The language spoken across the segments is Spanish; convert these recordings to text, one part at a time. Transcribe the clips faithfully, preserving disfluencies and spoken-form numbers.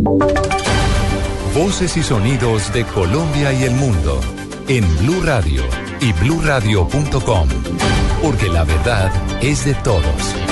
Voces y sonidos de Colombia y el mundo en Blue Radio y blue radio punto com, porque la verdad es de todos.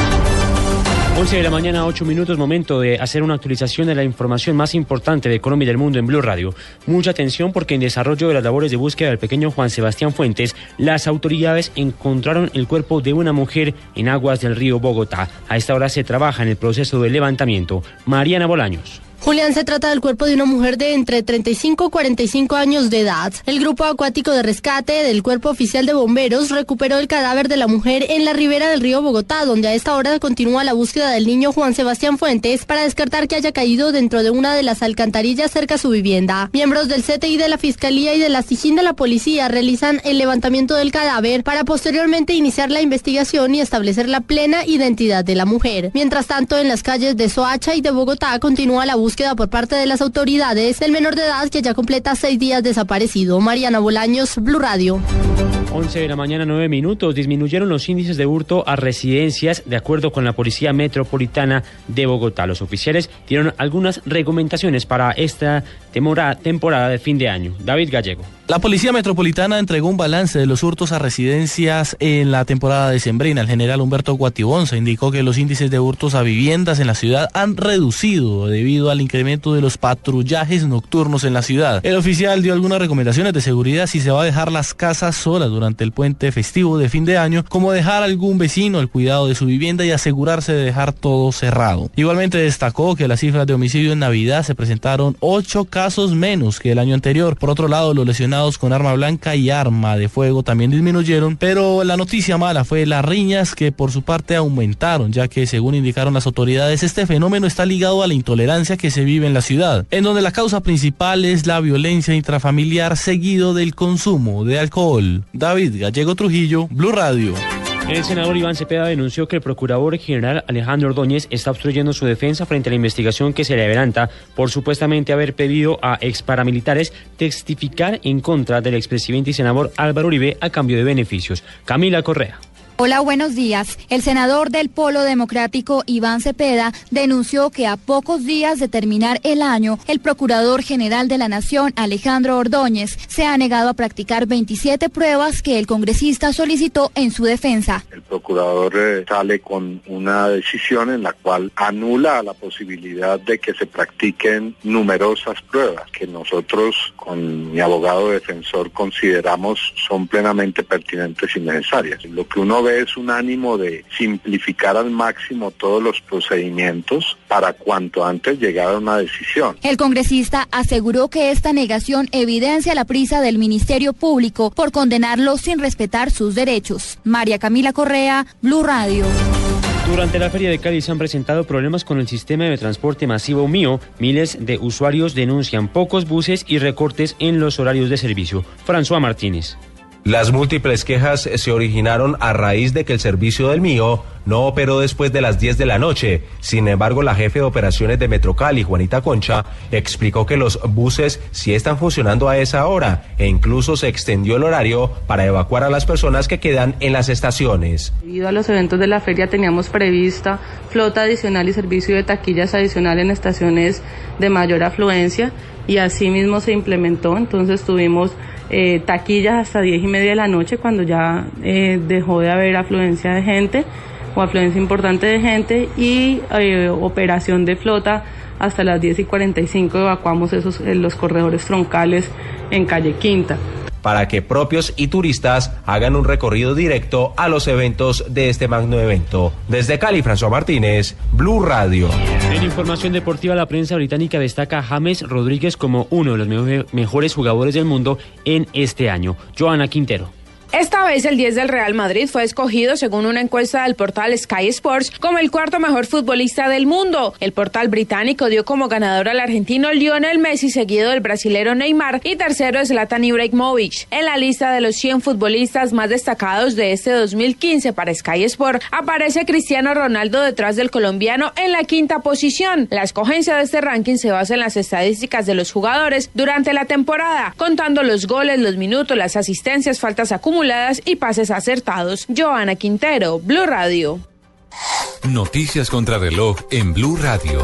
once de la mañana, ocho minutos, momento de hacer una actualización de la información más importante de Colombia y del mundo en Blue Radio. Mucha atención porque en desarrollo de las labores de búsqueda del pequeño Juan Sebastián Fuentes, las autoridades encontraron el cuerpo de una mujer en aguas del río Bogotá. A esta hora se trabaja en el proceso de levantamiento. Mariana Bolaños. Julián, se trata del cuerpo de una mujer de entre treinta y cinco y cuarenta y cinco años de edad. El grupo acuático de rescate del Cuerpo Oficial de Bomberos recuperó el cadáver de la mujer en la ribera del río Bogotá, donde a esta hora continúa la búsqueda del niño Juan Sebastián Fuentes para descartar que haya caído dentro de una de las alcantarillas cerca a su vivienda. Miembros del C T I de la Fiscalía y de la SIJIN de la Policía realizan el levantamiento del cadáver para posteriormente iniciar la investigación y establecer la plena identidad de la mujer. Mientras tanto, en las calles de Soacha y de Bogotá continúa la búsqueda Búsqueda por parte de las autoridades del menor de edad que ya completa seis días desaparecido. Mariana Bolaños, Blue Radio. once de la mañana, nueve minutos. Disminuyeron los índices de hurto a residencias de acuerdo con la Policía Metropolitana de Bogotá. Los oficiales dieron algunas recomendaciones para esta temora, temporada de fin de año. David Gallego. La Policía Metropolitana entregó un balance de los hurtos a residencias en la temporada decembrina. El general Humberto Guatibonza indicó que los índices de hurtos a viviendas en la ciudad han reducido debido al incremento de los patrullajes nocturnos en la ciudad. El oficial dio algunas recomendaciones de seguridad si se va a dejar las casas solas durante el puente festivo de fin de año, como dejar a algún vecino al cuidado de su vivienda y asegurarse de dejar todo cerrado. Igualmente destacó que las cifras de homicidio en Navidad se presentaron ocho casos menos que el año anterior. Por otro lado, los lesionados con arma blanca y arma de fuego también disminuyeron, pero la noticia mala fue las riñas, que por su parte aumentaron, ya que según indicaron las autoridades, este fenómeno está ligado a la intolerancia que se vive en la ciudad, en donde la causa principal es la violencia intrafamiliar seguido del consumo de alcohol. David Gallego Trujillo, Blue Radio. El senador Iván Cepeda denunció que el procurador general Alejandro Ordóñez está obstruyendo su defensa frente a la investigación que se le adelanta por supuestamente haber pedido a ex paramilitares testificar en contra del expresidente y senador Álvaro Uribe a cambio de beneficios. Camila Correa. Hola, buenos días. El senador del Polo Democrático, Iván Cepeda, denunció que a pocos días de terminar el año, el Procurador General de la Nación, Alejandro Ordóñez, se ha negado a practicar veintisiete pruebas que el congresista solicitó en su defensa. El procurador eh, sale con una decisión en la cual anula la posibilidad de que se practiquen numerosas pruebas que nosotros, con mi abogado defensor, consideramos son plenamente pertinentes y necesarias. Lo que uno ve es un ánimo de simplificar al máximo todos los procedimientos para cuanto antes llegar a una decisión. El congresista aseguró que esta negación evidencia la prisa del Ministerio Público por condenarlo sin respetar sus derechos. María Camila Correa, Blue Radio. Durante la Feria de Cali se han presentado problemas con el sistema de transporte masivo Mío. Miles de usuarios denuncian pocos buses y recortes en los horarios de servicio. François Martínez. Las múltiples quejas se originaron a raíz de que el servicio del Mío no operó después de las diez de la noche. Sin embargo, la jefe de operaciones de Metrocali, Juanita Concha, explicó que los buses sí están funcionando a esa hora e incluso se extendió el horario para evacuar a las personas que quedan en las estaciones. Debido a los eventos de la feria teníamos prevista flota adicional y servicio de taquillas adicional en estaciones de mayor afluencia y así mismo se implementó. Entonces tuvimos eh, taquillas hasta diez y media de la noche cuando ya eh, dejó de haber afluencia de gente o afluencia importante de gente y eh, operación de flota hasta las diez y cuarenta y cinco evacuamos esos eh, los corredores troncales en calle Quinta. Para que propios y turistas hagan un recorrido directo a los eventos de este magno evento. Desde Cali, François Martínez, Blue Radio. En información deportiva, la prensa británica destaca a James Rodríguez como uno de los me- mejores jugadores del mundo en este año. Joana Quintero. Esta vez el diez del Real Madrid fue escogido, según una encuesta del portal Sky Sports, como el cuarto mejor futbolista del mundo. El portal británico dio como ganador al argentino Lionel Messi, seguido del brasilero Neymar y tercero Zlatan Ibrahimovic. En la lista de los cien futbolistas más destacados de este dos mil quince para Sky Sports aparece Cristiano Ronaldo detrás del colombiano en la quinta posición. La escogencia de este ranking se basa en las estadísticas de los jugadores durante la temporada, contando los goles, los minutos, las asistencias, faltas acumuladas y pases acertados. Joana Quintero, Blue Radio. Noticias contra reloj en Blue Radio.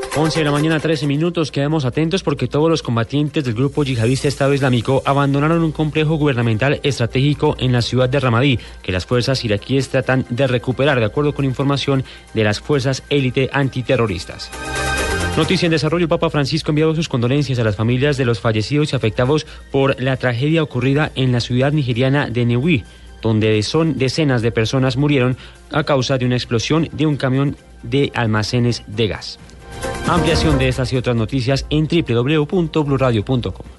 once de la mañana, trece minutos. Quedemos atentos porque todos los combatientes del grupo yihadista Estado Islámico abandonaron un complejo gubernamental estratégico en la ciudad de Ramadí, que las fuerzas iraquíes tratan de recuperar, de acuerdo con información de las fuerzas élite antiterroristas. Noticia en desarrollo: el Papa Francisco ha enviado sus condolencias a las familias de los fallecidos y afectados por la tragedia ocurrida en la ciudad nigeriana de Newi, donde son decenas de personas murieron a causa de una explosión de un camión de almacenes de gas. Ampliación de estas y otras noticias en doble u doble u doble u punto blue radio punto com.